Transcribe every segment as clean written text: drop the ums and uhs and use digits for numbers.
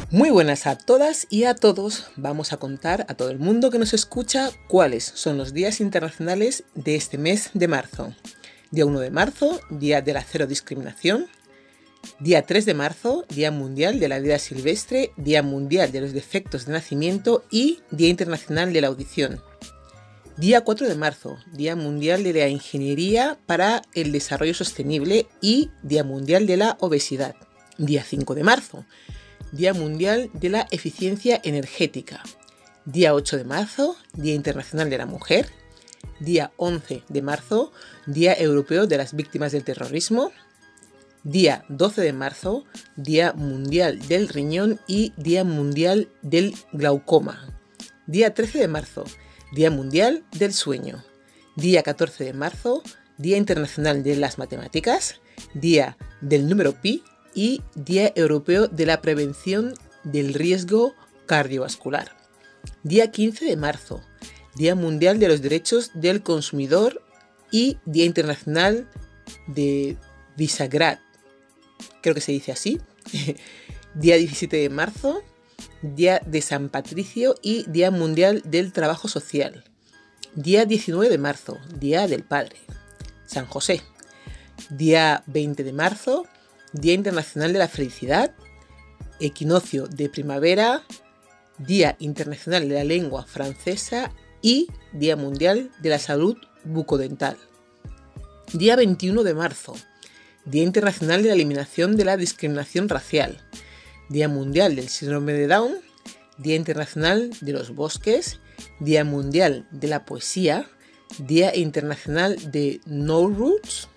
Muy buenas a todas y a todos. Vamos a contar a todo el mundo que nos escucha cuáles son los días internacionales de este mes de marzo. Día 1 de marzo, Día de la Cero Discriminación. Día 3 de marzo, Día Mundial de la Vida Silvestre, Día Mundial de los Defectos de Nacimiento y Día Internacional de la Audición. Día 4 de marzo, Día Mundial de la Ingeniería para el Desarrollo Sostenible y Día Mundial de la Obesidad. Día 5 de marzo, Día Mundial de la Eficiencia Energética. Día 8 de marzo, Día Internacional de la Mujer. Día 11 de marzo, Día Europeo de las Víctimas del Terrorismo. Día 12 de marzo, Día Mundial del Riñón y Día Mundial del Glaucoma. Día 13 de marzo, Día Mundial del Sueño. Día 14 de marzo, Día Internacional de las Matemáticas. Día del Número Pi y Día Europeo de la Prevención del Riesgo Cardiovascular. Día 15 de marzo, Día Mundial de los Derechos del Consumidor y Día Internacional de Visegrad. Creo que se dice así. Día 17 de marzo, Día de San Patricio y Día Mundial del Trabajo Social. Día 19 de marzo, Día del Padre, San José. Día 20 de marzo, Día Internacional de la Felicidad, Equinoccio de Primavera, Día Internacional de la Lengua Francesa y Día Mundial de la Salud Bucodental. Día 21 de marzo, Día Internacional de la Eliminación de la Discriminación Racial, Día Mundial del Síndrome de Down, Día Internacional de los Bosques, Día Mundial de la Poesía, Día Internacional de Nowruz,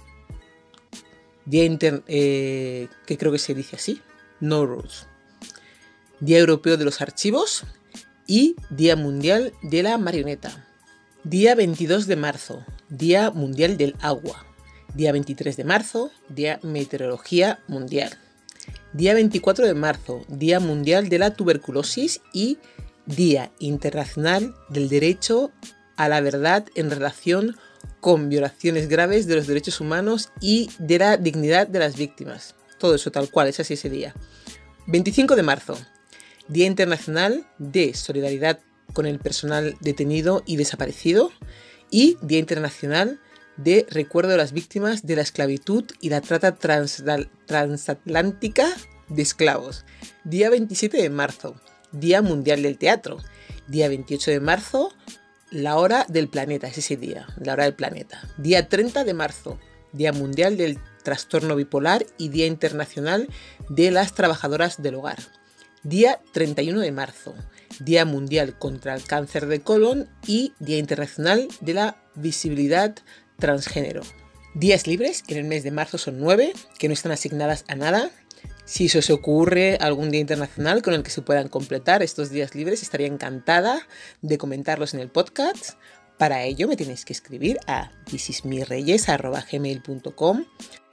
que creo que se dice así, Nowruz, Día Europeo de los Archivos y Día Mundial de la Marioneta. Día 22 de marzo, Día Mundial del Agua. Día 23 de marzo, Día Meteorología Mundial. Día 24 de marzo, Día Mundial de la Tuberculosis y Día Internacional del Derecho a la Verdad en relación con violaciones graves de los derechos humanos y de la dignidad de las víctimas. Todo eso tal cual, es así ese día. 25 de marzo, Día Internacional de Solidaridad con el personal detenido y desaparecido y Día Internacional de Recuerdo de las Víctimas de la Esclavitud y la Trata Transatlántica de Esclavos. Día 27 de marzo, Día Mundial del Teatro. Día 28 de marzo, la Hora del Planeta, es ese día, la Hora del Planeta. Día 30 de marzo, Día Mundial del Trastorno Bipolar y Día Internacional de las Trabajadoras del Hogar. Día 31 de marzo, Día Mundial contra el Cáncer de Colon y Día Internacional de la Visibilidad Transgénero. Días libres en el mes de marzo son 9, que no están asignadas a nada. Si se os ocurre algún día internacional con el que se puedan completar estos días libres, estaría encantada de comentarlos en el podcast. Para ello me tenéis que escribir a thisismireyes@gmail.com.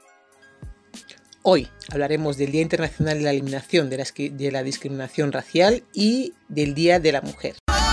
Hoy hablaremos del Día Internacional de la Eliminación de la Discriminación Racial y del Día de la Mujer.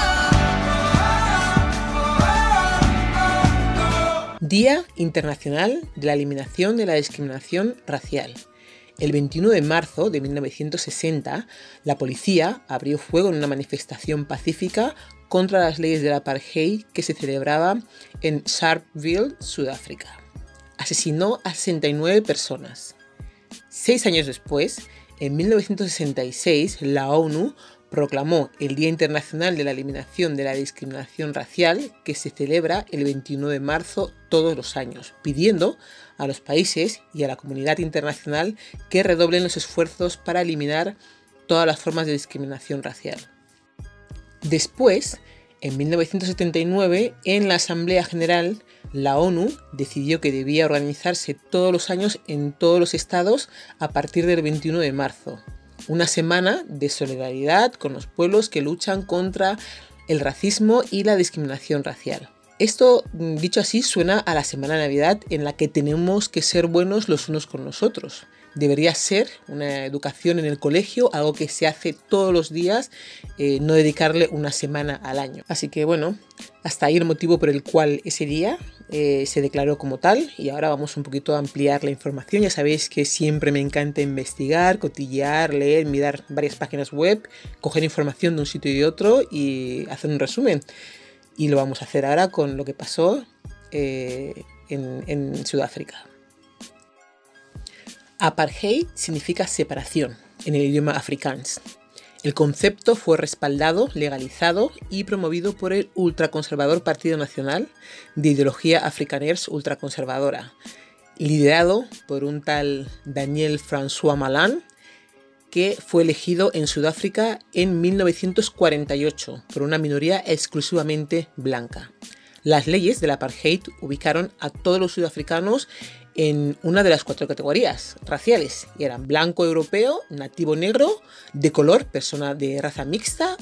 Día Internacional de la Eliminación de la Discriminación Racial. El 21 de marzo de 1960, la policía abrió fuego en una manifestación pacífica contra las leyes del apartheid que se celebraba en Sharpeville, Sudáfrica. Asesinó a 69 personas. 6 años después, en 1966, la ONU proclamó el Día Internacional de la Eliminación de la Discriminación Racial, que se celebra el 21 de marzo todos los años, pidiendo a los países y a la comunidad internacional que redoblen los esfuerzos para eliminar todas las formas de discriminación racial. Después, en 1979, en la Asamblea General, la ONU decidió que debía organizarse todos los años en todos los estados a partir del 21 de marzo. Una semana de solidaridad con los pueblos que luchan contra el racismo y la discriminación racial. Esto, dicho así, suena a la semana de Navidad en la que tenemos que ser buenos los unos con los otros. Debería ser una educación en el colegio, algo que se hace todos los días, no dedicarle una semana al año. Así que bueno, hasta ahí el motivo por el cual ese día se declaró como tal, y ahora vamos un poquito a ampliar la información. Ya sabéis que siempre me encanta investigar, cotillear, leer, mirar varias páginas web, coger información de un sitio y de otro y hacer un resumen. Y lo vamos a hacer ahora con lo que pasó en Sudáfrica. Apartheid significa separación en el idioma afrikaans. El concepto fue respaldado, legalizado y promovido por el ultraconservador Partido Nacional de ideología afrikaners ultraconservadora, liderado por un tal Daniel François Malan, que fue elegido en Sudáfrica en 1948 por una minoría exclusivamente blanca. Las leyes del apartheid ubicaron a todos los sudafricanos en una de las 4 categorías raciales, y eran blanco europeo, nativo negro, de color, persona de raza mixta,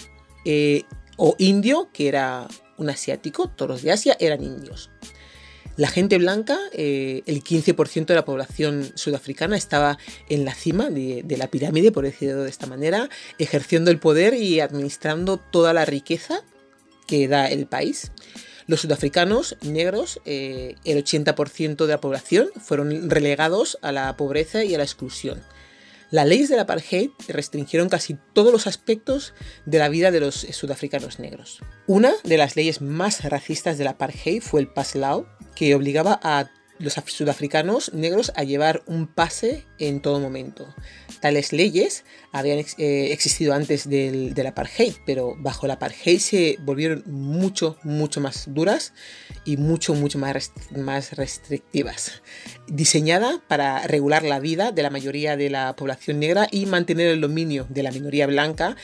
o indio, que era un asiático, todos los de Asia eran indios. La gente blanca, el 15% de la población sudafricana, estaba en la cima de la pirámide, por decirlo de esta manera, ejerciendo el poder y administrando toda la riqueza que da el país. Los sudafricanos negros, el 80% de la población, fueron relegados a la pobreza y a la exclusión. Las leyes del apartheid restringieron casi todos los aspectos de la vida de los sudafricanos negros. Una de las leyes más racistas del apartheid fue el Pass Law, que obligaba a los sudafricanos negros a llevar un pase en todo momento. Tales leyes habían existido antes del apartheid, pero bajo el apartheid se volvieron mucho más duras y mucho más restrictivas. Diseñada para regular la vida de la mayoría de la población negra y mantener el dominio de la minoría blanca,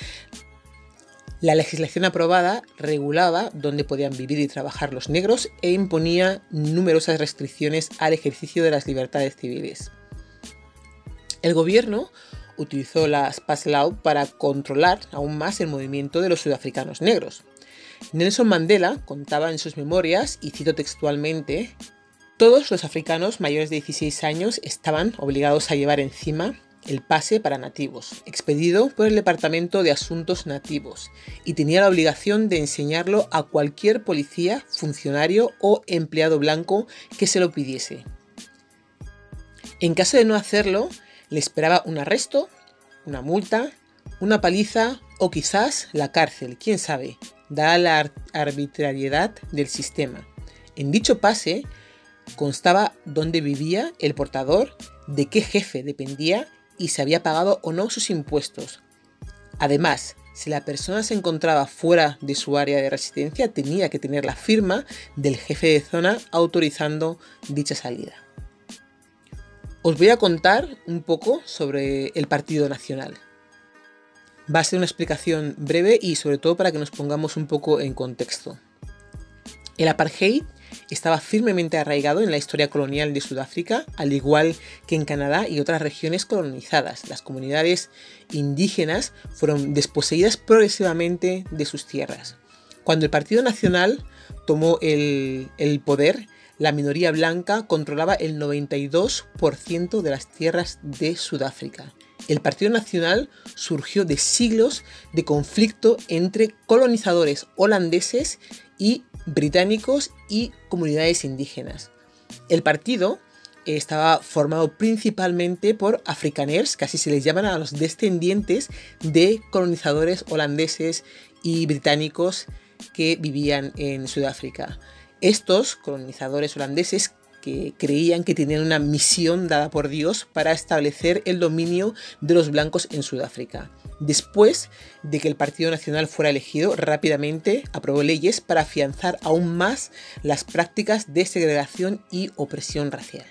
la legislación aprobada regulaba dónde podían vivir y trabajar los negros e imponía numerosas restricciones al ejercicio de las libertades civiles. El gobierno utilizó las Pass Law para controlar aún más el movimiento de los sudafricanos negros. Nelson Mandela contaba en sus memorias, y cito textualmente: todos los africanos mayores de 16 años estaban obligados a llevar encima el pase para nativos, expedido por el Departamento de Asuntos Nativos, y tenía la obligación de enseñarlo a cualquier policía, funcionario o empleado blanco que se lo pidiese. En caso de no hacerlo, le esperaba un arresto, una multa, una paliza o quizás la cárcel, quién sabe, dada la arbitrariedad del sistema. En dicho pase constaba dónde vivía el portador, de qué jefe dependía y si había pagado o no sus impuestos. Además, si la persona se encontraba fuera de su área de residencia, tenía que tener la firma del jefe de zona autorizando dicha salida. Os voy a contar un poco sobre el Partido Nacional. Va a ser una explicación breve y sobre todo para que nos pongamos un poco en contexto. El apartheid estaba firmemente arraigado en la historia colonial de Sudáfrica, al igual que en Canadá y otras regiones colonizadas. Las comunidades indígenas fueron desposeídas progresivamente de sus tierras. Cuando el Partido Nacional tomó el poder, la minoría blanca controlaba el 92% de las tierras de Sudáfrica. El Partido Nacional surgió de siglos de conflicto entre colonizadores holandeses y británicos y comunidades indígenas. El partido estaba formado principalmente por afrikaners, que así se les llaman a los descendientes de colonizadores holandeses y británicos que vivían en Sudáfrica. Estos colonizadores holandeses que creían que tenían una misión dada por Dios para establecer el dominio de los blancos en Sudáfrica. Después de que el Partido Nacional fuera elegido, rápidamente aprobó leyes para afianzar aún más las prácticas de segregación y opresión racial.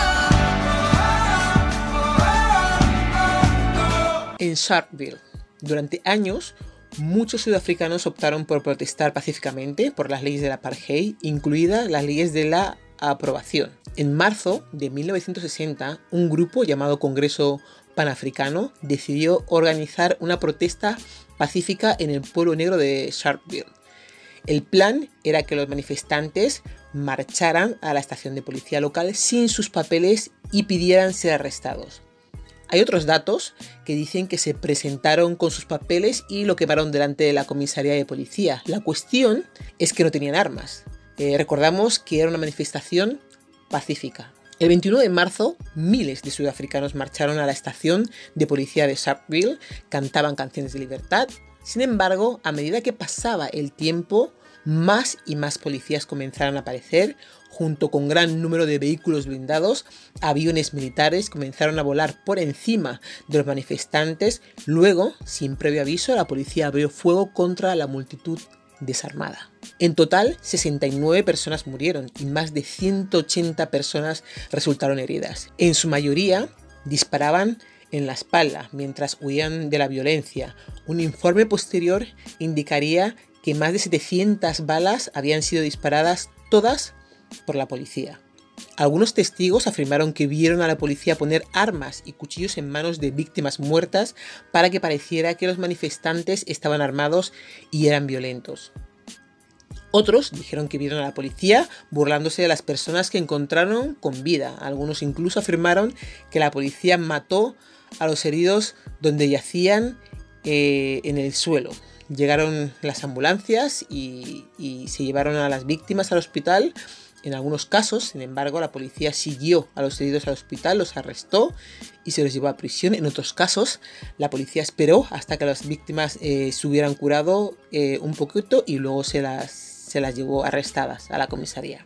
En Sharpeville, durante años, muchos sudafricanos optaron por protestar pacíficamente por las leyes del apartheid, incluidas las leyes de la aprobación. En marzo de 1960, un grupo llamado Congreso Panafricano decidió organizar una protesta pacífica en el pueblo negro de Sharpeville. El plan era que los manifestantes marcharan a la estación de policía local sin sus papeles y pidieran ser arrestados. Hay otros datos que dicen que se presentaron con sus papeles y lo quemaron delante de la comisaría de policía. La cuestión es que no tenían armas. Recordamos que era una manifestación pacífica. El 21 de marzo, miles de sudafricanos marcharon a la estación de policía de Sharpeville, cantaban canciones de libertad. Sin embargo, a medida que pasaba el tiempo, más y más policías comenzaron a aparecer, junto con gran número de vehículos blindados, aviones militares comenzaron a volar por encima de los manifestantes. Luego, sin previo aviso, la policía abrió fuego contra la multitud desarmada. En total, 69 personas murieron y más de 180 personas resultaron heridas. En su mayoría, disparaban en la espalda mientras huían de la violencia. Un informe posterior indicaría que más de 700 balas habían sido disparadas, todas por la policía. Algunos testigos afirmaron que vieron a la policía poner armas y cuchillos en manos de víctimas muertas para que pareciera que los manifestantes estaban armados y eran violentos. Otros dijeron que vieron a la policía burlándose de las personas que encontraron con vida. Algunos incluso afirmaron que la policía mató a los heridos donde yacían en el suelo. Llegaron las ambulancias y se llevaron a las víctimas al hospital. En algunos casos, sin embargo, la policía siguió a los heridos al hospital, los arrestó y se los llevó a prisión. En otros casos, la policía esperó hasta que las víctimas se hubieran curado un poquito y luego se las llevó arrestadas a la comisaría.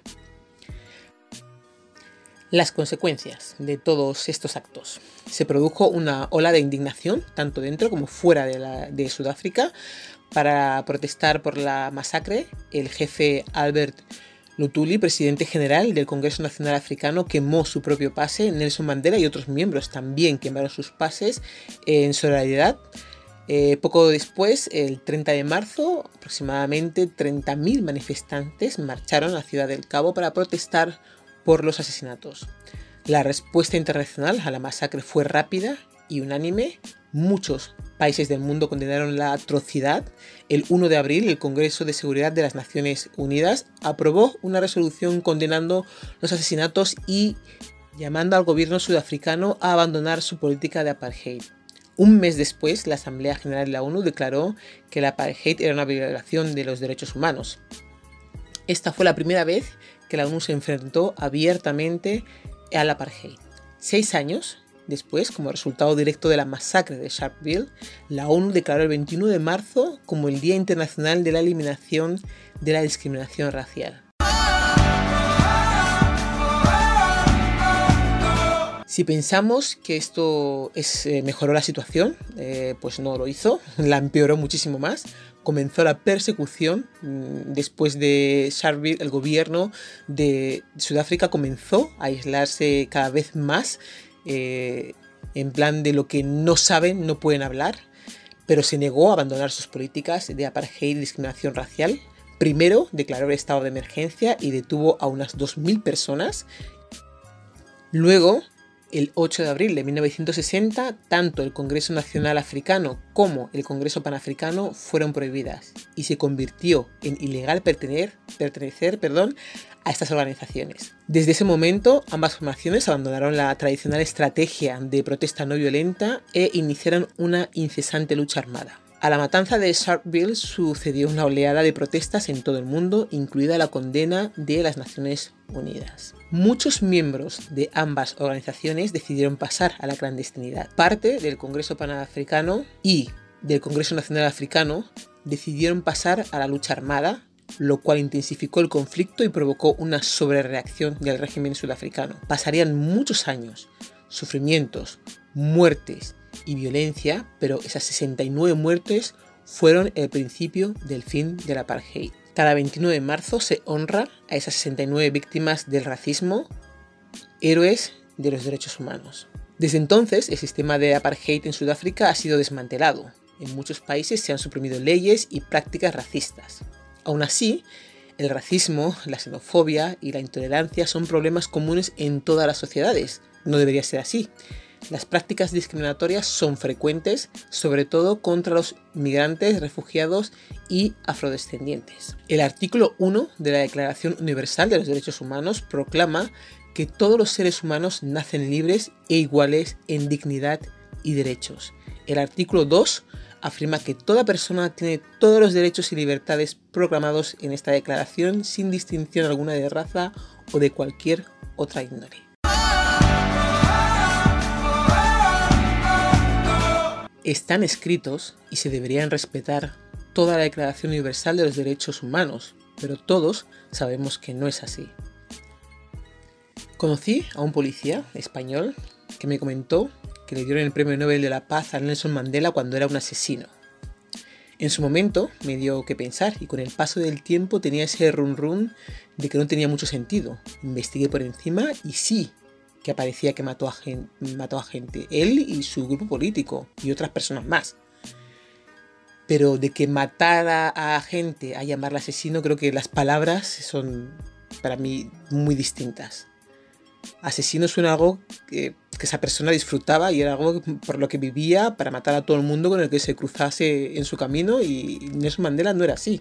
Las consecuencias de todos estos actos. Se produjo una ola de indignación, tanto dentro como fuera de Sudáfrica, para protestar por la masacre. El jefe Albert Luthuli, presidente general del Congreso Nacional Africano, quemó su propio pase. Nelson Mandela y otros miembros también quemaron sus pases en solidaridad. Poco después, el 30 de marzo, aproximadamente 30.000 manifestantes marcharon a la ciudad del Cabo para protestar por los asesinatos. La respuesta internacional a la masacre fue rápida y unánime. Muchos países del mundo condenaron la atrocidad. El 1 de abril, el Congreso de Seguridad de las Naciones Unidas aprobó una resolución condenando los asesinatos y llamando al gobierno sudafricano a abandonar su política de apartheid. Un mes después, la Asamblea General de la ONU declaró que el apartheid era una violación de los derechos humanos. Esta fue la primera vez que la ONU se enfrentó abiertamente al apartheid. 6 años después, como resultado directo de la masacre de Sharpeville, la ONU declaró el 21 de marzo como el Día Internacional de la Eliminación de la Discriminación Racial. Si pensamos que esto mejoró la situación, pues no lo hizo, la empeoró muchísimo más. Comenzó la persecución. Después de Sharpeville, el gobierno de Sudáfrica comenzó a aislarse cada vez más, en plan de lo que no saben, no pueden hablar, pero se negó a abandonar sus políticas de apartheid y discriminación racial. Primero declaró el estado de emergencia y detuvo a unas 2.000 personas. Luego, el 8 de abril de 1960, tanto el Congreso Nacional Africano como el Congreso Panafricano fueron prohibidas y se convirtió en ilegal pertenecer a estas organizaciones. Desde ese momento, ambas formaciones abandonaron la tradicional estrategia de protesta no violenta e iniciaron una incesante lucha armada. A la matanza de Sharpeville sucedió una oleada de protestas en todo el mundo, incluida la condena de las Naciones Unidas. Muchos miembros de ambas organizaciones decidieron pasar a la clandestinidad. Parte del Congreso Panafricano y del Congreso Nacional Africano decidieron pasar a la lucha armada, lo cual intensificó el conflicto y provocó una sobrereacción del régimen sudafricano. Pasarían muchos años, sufrimientos, muertes y violencia, pero esas 69 muertes fueron el principio del fin del apartheid. Cada 21 de marzo se honra a esas 69 víctimas del racismo, héroes de los derechos humanos. Desde entonces, el sistema de apartheid en Sudáfrica ha sido desmantelado. En muchos países se han suprimido leyes y prácticas racistas. Aún así, el racismo, la xenofobia y la intolerancia son problemas comunes en todas las sociedades. No debería ser así. Las prácticas discriminatorias son frecuentes, sobre todo contra los migrantes, refugiados y afrodescendientes. El artículo 1 de la Declaración Universal de los Derechos Humanos proclama que todos los seres humanos nacen libres e iguales en dignidad y derechos. El artículo 2 afirma que toda persona tiene todos los derechos y libertades proclamados en esta declaración sin distinción alguna de raza o de cualquier otra índole. Están escritos y se deberían respetar toda la Declaración Universal de los Derechos Humanos, pero todos sabemos que no es así. Conocí a un policía español que me comentó que le dieron el Premio Nobel de la Paz a Nelson Mandela cuando era un asesino. En su momento me dio que pensar y con el paso del tiempo tenía ese run de que no tenía mucho sentido. Investigué por encima y sí, que aparecía que mató a gente, él y su grupo político y otras personas más. Pero de que matara a gente a llamarle asesino, creo que las palabras son para mí muy distintas. Asesino suena algo que esa persona disfrutaba y era algo por lo que vivía para matar a todo el mundo con el que se cruzase en su camino, y Nelson Mandela no era así.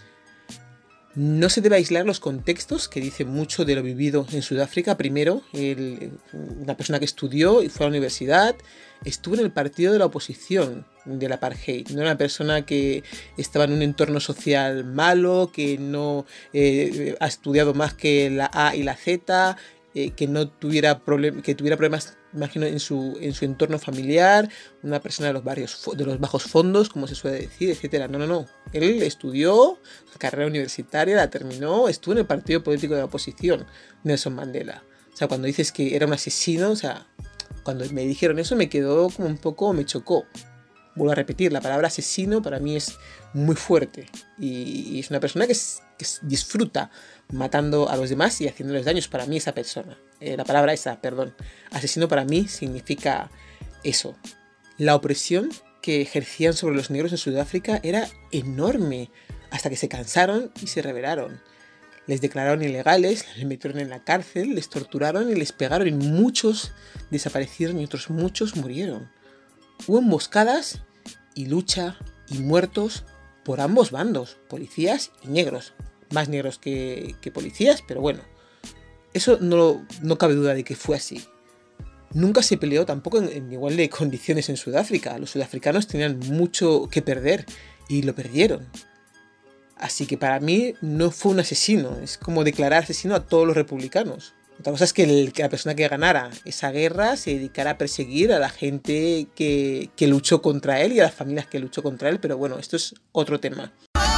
No se debe aislar los contextos, que dicen mucho de lo vivido en Sudáfrica. Primero, una persona que estudió y fue a la universidad, estuvo en el partido de la oposición del apartheid. No era una persona que estaba en un entorno social malo, que no ha estudiado más que la A y la Z, que no tuviera que tuviera problemas, imagino, en su entorno familiar, una persona de los bajos fondos, como se suele decir, etcétera. No. Él estudió carrera universitaria, la terminó, estuvo en el partido político de la oposición, Nelson Mandela. O sea, cuando dices que era un asesino, o sea, cuando me dijeron eso me quedó como un poco, me chocó. Vuelvo a repetir, la palabra asesino para mí es muy fuerte y es una persona que disfruta matando a los demás y haciéndoles daños. Para mí esa persona, asesino para mí significa eso. La opresión que ejercían sobre los negros en Sudáfrica era enorme, hasta que se cansaron y se rebelaron. Les declararon ilegales, les metieron en la cárcel, les torturaron y les pegaron, y muchos desaparecieron y otros muchos murieron. Hubo emboscadas y lucha y muertos por ambos bandos, policías y negros. Más negros que policías, pero bueno, eso no cabe duda de que fue así. Nunca se peleó tampoco en igual de condiciones en Sudáfrica. Los sudafricanos tenían mucho que perder y lo perdieron. Así que para mí no fue un asesino, es como declarar asesino a todos los republicanos. Otra cosa es que la persona que ganara esa guerra se dedicara a perseguir a la gente que luchó contra él y a las familias que luchó contra él, pero bueno, esto es otro tema.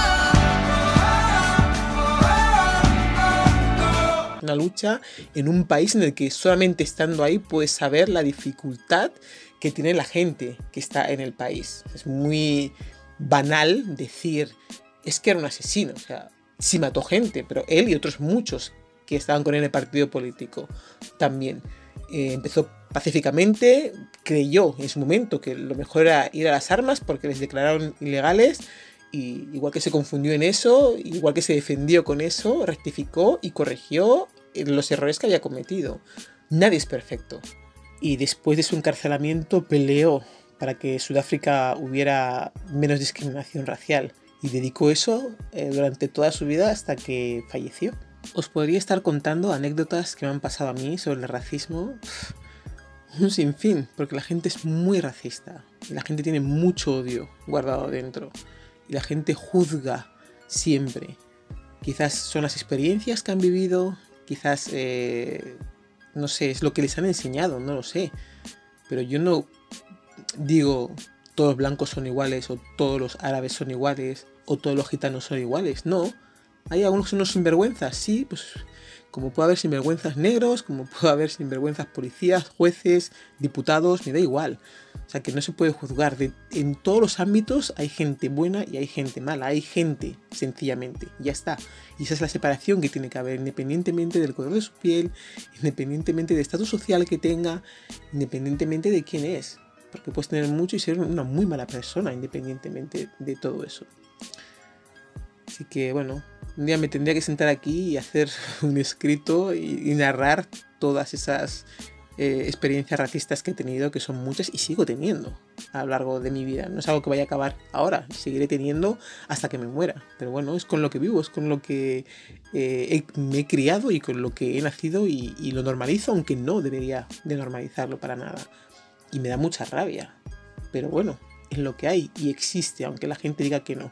Una lucha en un país en el que solamente estando ahí puedes saber la dificultad que tiene la gente que está en el país. Es muy banal decir, es que era un asesino, o sea, sí mató gente, pero él y otros muchos que estaban con él en el partido político también. Empezó pacíficamente, creyó en su momento que lo mejor era ir a las armas porque les declararon ilegales, y igual que se confundió en eso, igual que se defendió con eso, rectificó y corrigió los errores que había cometido. Nadie es perfecto. Y después de su encarcelamiento peleó para que en Sudáfrica hubiera menos discriminación racial y dedicó eso durante toda su vida hasta que falleció. Os podría estar contando anécdotas que me han pasado a mí sobre el racismo, un sinfín, porque la gente es muy racista y la gente tiene mucho odio guardado dentro y la gente juzga siempre. Quizás son las experiencias que han vivido, quizás no sé, es lo que les han enseñado, no lo sé, pero yo no digo todos los blancos son iguales o todos los árabes son iguales o todos los gitanos son iguales, no. Hay algunos que son unos sinvergüenzas, sí, pues como puede haber sinvergüenzas negros, como puede haber sinvergüenzas policías, jueces, diputados, me da igual. O sea, que no se puede juzgar. En todos los ámbitos hay gente buena y hay gente mala, hay gente, sencillamente, ya está. Y esa es la separación que tiene que haber, independientemente del color de su piel, independientemente del estatus social que tenga, independientemente de quién es. Porque puedes tener mucho y ser una muy mala persona, independientemente de todo eso. Así que bueno, un día me tendría que sentar aquí y hacer un escrito y narrar todas esas experiencias racistas que he tenido, que son muchas y sigo teniendo a lo largo de mi vida. No es algo que vaya a acabar ahora, seguiré teniendo hasta que me muera. Pero bueno, es con lo que vivo, es con lo que me he criado y con lo que he nacido y lo normalizo, aunque no debería de normalizarlo para nada. Y me da mucha rabia. Pero bueno, es lo que hay y existe, aunque la gente diga que no.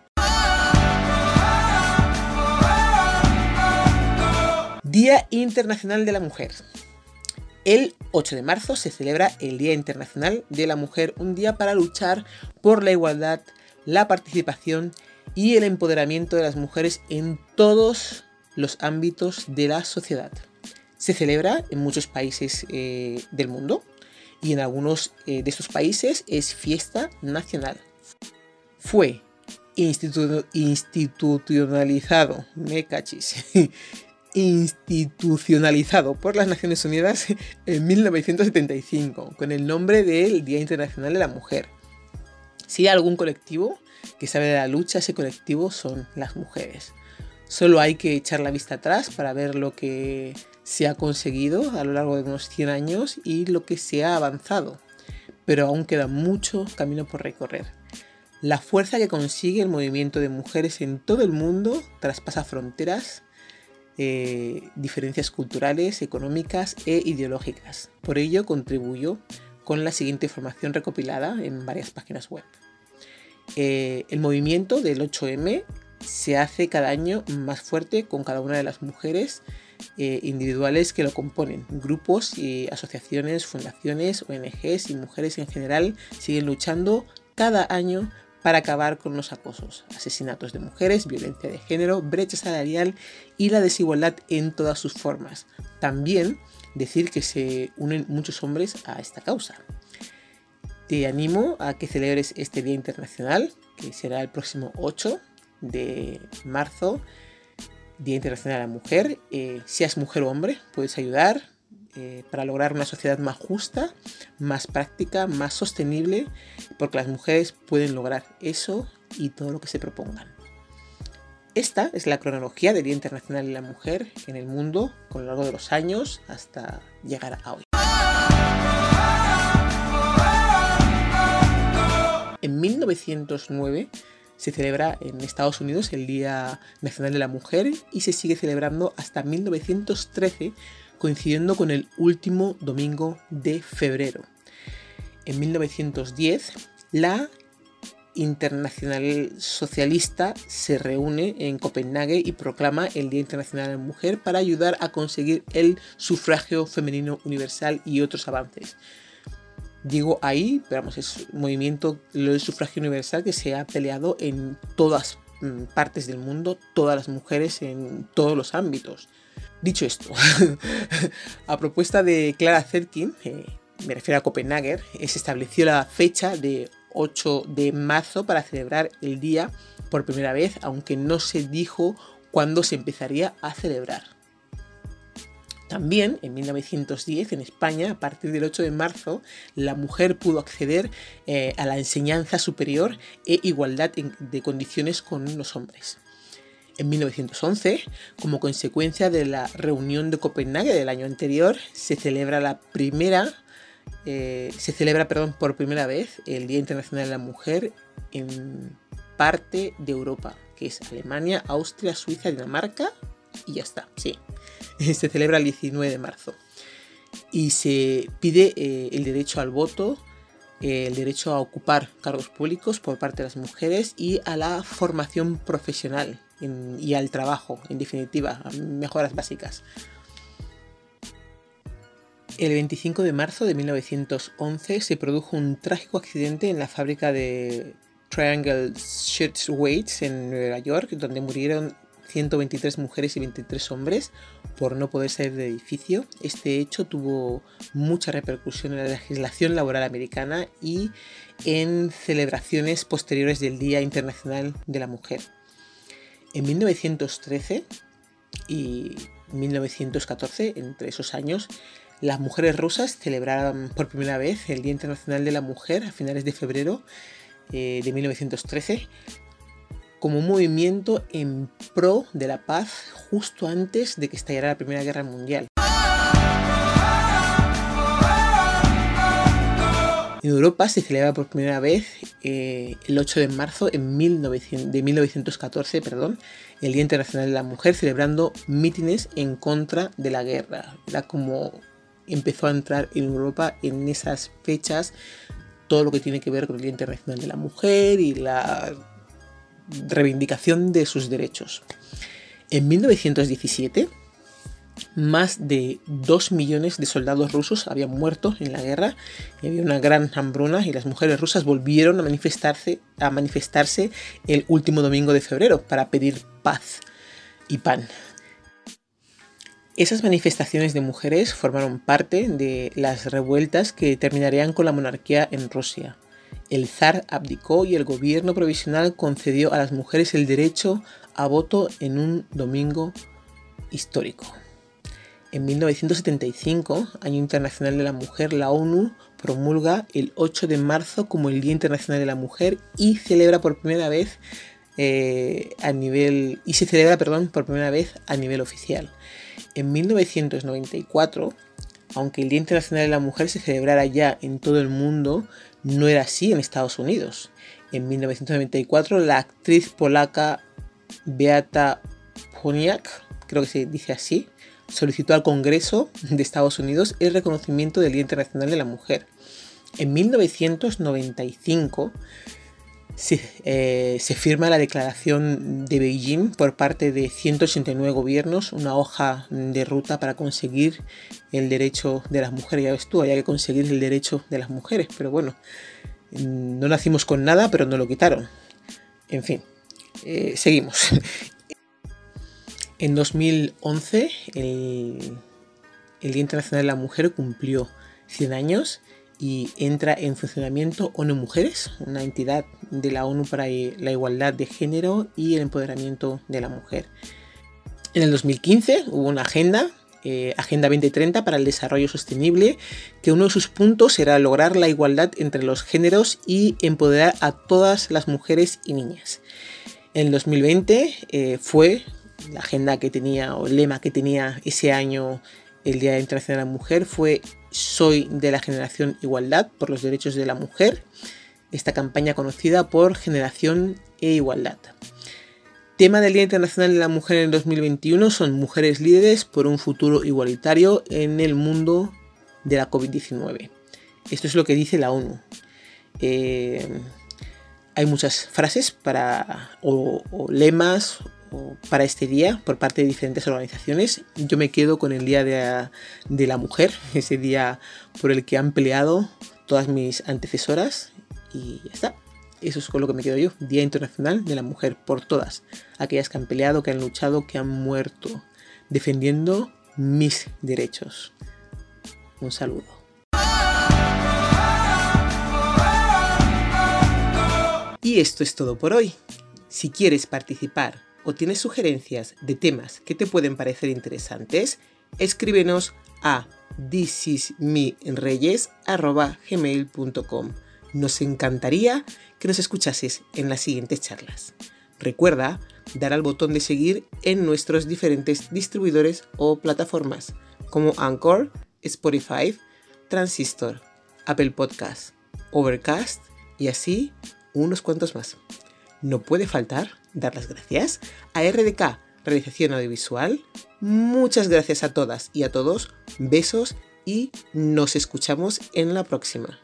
Día Internacional de la Mujer. El 8 de marzo se celebra el Día Internacional de la Mujer, un día para luchar por la igualdad, la participación y el empoderamiento de las mujeres en todos los ámbitos de la sociedad. Se celebra en muchos países del mundo y en algunos de estos países es fiesta nacional. Fue institucionalizado, institucionalizado por las Naciones Unidas en 1975 con el nombre del Día Internacional de la Mujer. Si hay algún colectivo que sabe de la lucha, ese colectivo son las mujeres. Solo hay que echar la vista atrás para ver lo que se ha conseguido a lo largo de unos 100 años y lo que se ha avanzado. Pero aún queda mucho camino por recorrer. La fuerza que consigue el movimiento de mujeres en todo el mundo traspasa fronteras, diferencias culturales, económicas e ideológicas. Por ello contribuyó con la siguiente información recopilada en varias páginas web. El movimiento del 8M se hace cada año más fuerte con cada una de las mujeres individuales que lo componen. Grupos y asociaciones, fundaciones, ONGs y mujeres en general siguen luchando cada año para acabar con los acosos, asesinatos de mujeres, violencia de género, brecha salarial y la desigualdad en todas sus formas. También decir que se unen muchos hombres a esta causa. Te animo a que celebres este Día Internacional, que será el próximo 8 de marzo, Día Internacional de la Mujer. Seas mujer o hombre, puedes ayudar para lograr una sociedad más justa, más práctica, más sostenible, porque las mujeres pueden lograr eso y todo lo que se propongan. Esta es la cronología del Día Internacional de la Mujer en el mundo a lo largo de los años hasta llegar a hoy. En 1909 se celebra en Estados Unidos el Día Nacional de la Mujer y se sigue celebrando hasta 1913, coincidiendo con el último domingo de febrero. En 1910, la Internacional Socialista se reúne en Copenhague y proclama el Día Internacional de la Mujer para ayudar a conseguir el sufragio femenino universal y otros avances. Digo ahí, pero vamos, es un movimiento del sufragio universal que se ha peleado en todas partes del mundo, todas las mujeres en todos los ámbitos. Dicho esto, a propuesta de Clara Zetkin, me refiero a Copenhague, se estableció la fecha de 8 de marzo para celebrar el día por primera vez, aunque no se dijo cuándo se empezaría a celebrar. También, en 1910, en España, a partir del 8 de marzo, la mujer pudo acceder a la enseñanza superior e igualdad de condiciones con los hombres. En 1911, como consecuencia de la reunión de Copenhague del año anterior, se celebra por primera vez el Día Internacional de la Mujer en parte de Europa, que es Alemania, Austria, Suiza, Dinamarca y ya está, sí. Se celebra el 19 de marzo y se pide el derecho al voto, el derecho a ocupar cargos públicos por parte de las mujeres y a la formación profesional y al trabajo, en definitiva, a mejoras básicas. El 25 de marzo de 1911 se produjo un trágico accidente en la fábrica de Triangle Shirtwaist en Nueva York, donde murieron 123 mujeres y 23 hombres por no poder salir del edificio. Este hecho tuvo mucha repercusión en la legislación laboral americana y en celebraciones posteriores del Día Internacional de la Mujer. En 1913 y 1914, entre esos años, las mujeres rusas celebraron por primera vez el Día Internacional de la Mujer a finales de febrero de 1913 como un movimiento en pro de la paz justo antes de que estallara la Primera Guerra Mundial. En Europa se celebra por primera vez el 8 de marzo de 1914, el Día Internacional de la Mujer, celebrando mítines en contra de la guerra. Era como empezó a entrar en Europa en esas fechas todo lo que tiene que ver con el Día Internacional de la Mujer y la reivindicación de sus derechos. En 1917, más de 2 millones de soldados rusos habían muerto en la guerra y había una gran hambruna, y las mujeres rusas volvieron a manifestarse el último domingo de febrero para pedir paz y pan. Esas manifestaciones de mujeres formaron parte de las revueltas que terminarían con la monarquía en Rusia. El zar abdicó y el gobierno provisional concedió a las mujeres el derecho a voto en un domingo histórico. En 1975, Año Internacional de la Mujer, la ONU promulga el 8 de marzo como el Día Internacional de la Mujer y celebra por primera vez a nivel oficial. En 1994, aunque el Día Internacional de la Mujer se celebrara ya en todo el mundo, no era así en Estados Unidos. En 1994, la actriz polaca Beata Poniak, creo que se dice así, solicitó al Congreso de Estados Unidos el reconocimiento del Día Internacional de la Mujer. En 1995 se firma la Declaración de Beijing por parte de 189 gobiernos, una hoja de ruta para conseguir el derecho de las mujeres. Ya ves tú, había que conseguir el derecho de las mujeres, pero bueno, no nacimos con nada, pero no lo quitaron. En fin, seguimos. En 2011, el Día Internacional de la Mujer cumplió 100 años y entra en funcionamiento ONU Mujeres, una entidad de la ONU para la igualdad de género y el empoderamiento de la mujer. En el 2015 hubo una Agenda 2030 para el desarrollo sostenible, que uno de sus puntos era lograr la igualdad entre los géneros y empoderar a todas las mujeres y niñas. En el 2020 fue la agenda que tenía, o el lema que tenía ese año el Día Internacional de la Mujer, fue Soy de la Generación Igualdad por los Derechos de la Mujer, esta campaña conocida por Generación e Igualdad. Tema del Día Internacional de la Mujer en el 2021 son mujeres líderes por un futuro igualitario en el mundo de la COVID-19. Esto es lo que dice la ONU. Hay muchas frases o lemas para este día por parte de diferentes organizaciones. Yo me quedo con el Día de la Mujer, ese día por el que han peleado todas mis antecesoras, y ya está. Eso es con lo que me quedo yo. Día Internacional de la Mujer, por todas aquellas que han peleado, que han luchado, que han muerto defendiendo mis derechos. Un saludo. Y esto es todo por hoy. Si quieres participar o tienes sugerencias de temas que te pueden parecer interesantes, escríbenos a thisismireyes@gmail.com. Nos encantaría que nos escuchases en las siguientes charlas. Recuerda dar al botón de seguir en nuestros diferentes distribuidores o plataformas como Anchor, Spotify, Transistor, Apple Podcasts, Overcast y así unos cuantos más. No puede faltar dar las gracias a RDK, Realización Audiovisual. Muchas gracias a todas y a todos, besos y nos escuchamos en la próxima.